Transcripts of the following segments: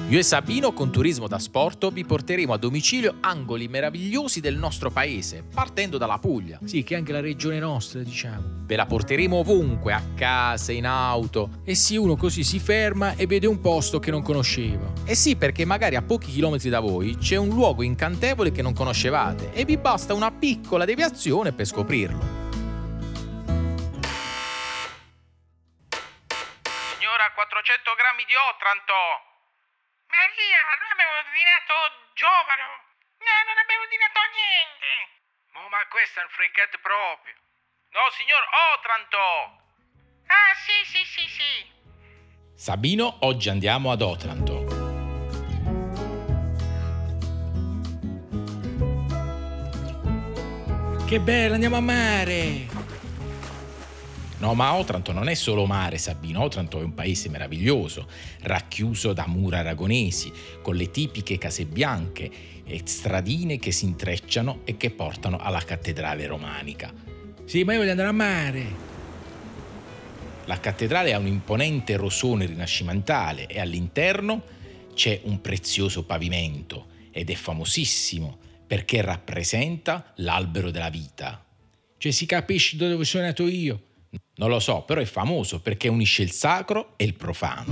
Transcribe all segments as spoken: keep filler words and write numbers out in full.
Io e Sabino con Turismo da Sporto vi porteremo a domicilio angoli meravigliosi del nostro paese, partendo dalla Puglia. Sì, che è anche la regione nostra, diciamo. Ve la porteremo ovunque, a casa, in auto. E sì, uno così si ferma e vede un posto che non conosceva. E sì, perché magari a pochi chilometri da voi c'è un luogo incantevole che non conoscevate e vi basta una piccola deviazione per scoprirlo. Signora, quattrocento grammi di Otranto. Maria, noi abbiamo ordinato giovane. No, non abbiamo ordinato niente. Oh, ma questo è un frecchetto proprio. No, signor Otranto. Ah, sì, sì, sì, sì. Sabino, oggi andiamo ad Otranto. Che bello, andiamo a mare! No, ma Otranto non è solo mare, Sabino. Otranto è un paese meraviglioso, racchiuso da mura aragonesi, con le tipiche case bianche e stradine che si intrecciano e che portano alla cattedrale romanica. Sì, ma io voglio andare a mare! La cattedrale ha un imponente rosone rinascimentale e all'interno c'è un prezioso pavimento ed è famosissimo perché rappresenta l'albero della vita. Cioè, si capisce dove sono nato io? Non lo so, però è famoso perché unisce il sacro e il profano.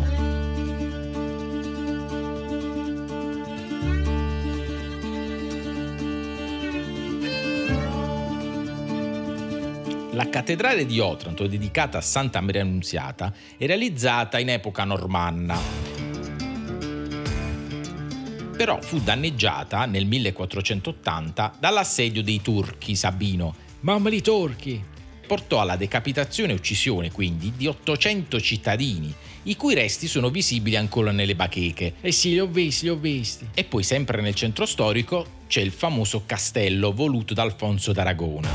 La cattedrale di Otranto, dedicata a Santa Maria Annunziata, è realizzata in epoca normanna. Però fu danneggiata nel millequattrocentottanta dall'assedio dei turchi, Sabino. Mamma li turchi! Portò alla decapitazione e uccisione quindi di ottocento cittadini, i cui resti sono visibili ancora nelle bacheche. Eh sì, li ho visti, li ho visti. E poi sempre nel centro storico c'è il famoso castello voluto da Alfonso d'Aragona.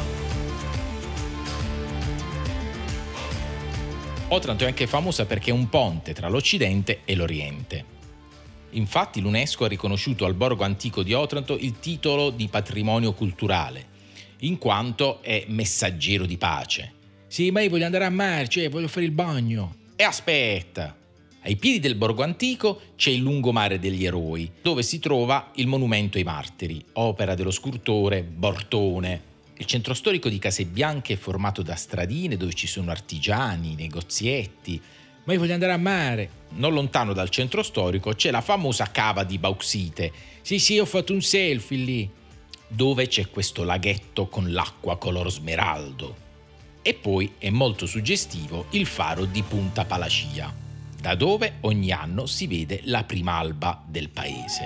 Otranto è anche famosa perché è un ponte tra l'Occidente e l'Oriente. Infatti l'UNESCO ha riconosciuto al borgo antico di Otranto il titolo di patrimonio culturale, in quanto è messaggero di pace. Sì, ma io voglio andare a mare, cioè voglio fare il bagno. E aspetta! Ai piedi del borgo antico c'è il lungomare degli eroi, dove si trova il monumento ai martiri, opera dello scultore Bortone. Il centro storico di Case Bianche è formato da stradine dove ci sono artigiani, negozietti. Ma io voglio andare a mare. Non lontano dal centro storico c'è la famosa cava di Bauxite. Sì, sì, ho fatto un selfie lì. Dove c'è questo laghetto con l'acqua color smeraldo. E poi è molto suggestivo il faro di Punta Palacia, da dove ogni anno si vede la prima alba del paese.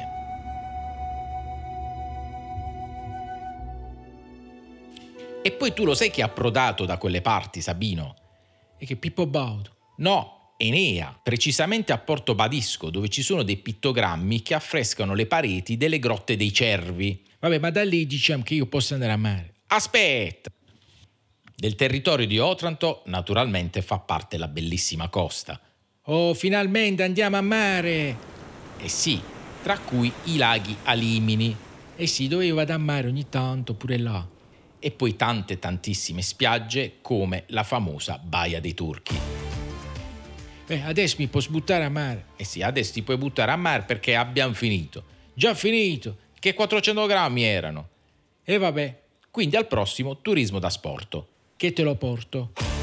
E poi tu lo sai chi è approdato da quelle parti, Sabino? E che Pippo Baudo? No, Enea, precisamente a Porto Badisco, dove ci sono dei pittogrammi che affrescano le pareti delle grotte dei cervi. Vabbè, ma da lì diciamo che io posso andare a mare. Aspetta! Del territorio di Otranto naturalmente fa parte la bellissima costa. Oh, finalmente andiamo a mare! Eh sì, tra cui i laghi Alimini. Eh sì, dove io vado a mare ogni tanto, pure là. E poi tante tantissime spiagge come la famosa Baia dei Turchi. Beh, adesso mi posso buttare a mare. Eh sì, adesso ti puoi buttare a mare perché abbiamo finito. Già finito! Che quattrocento grammi erano. E vabbè, quindi al prossimo Turismo da Sporto. Che te lo porto.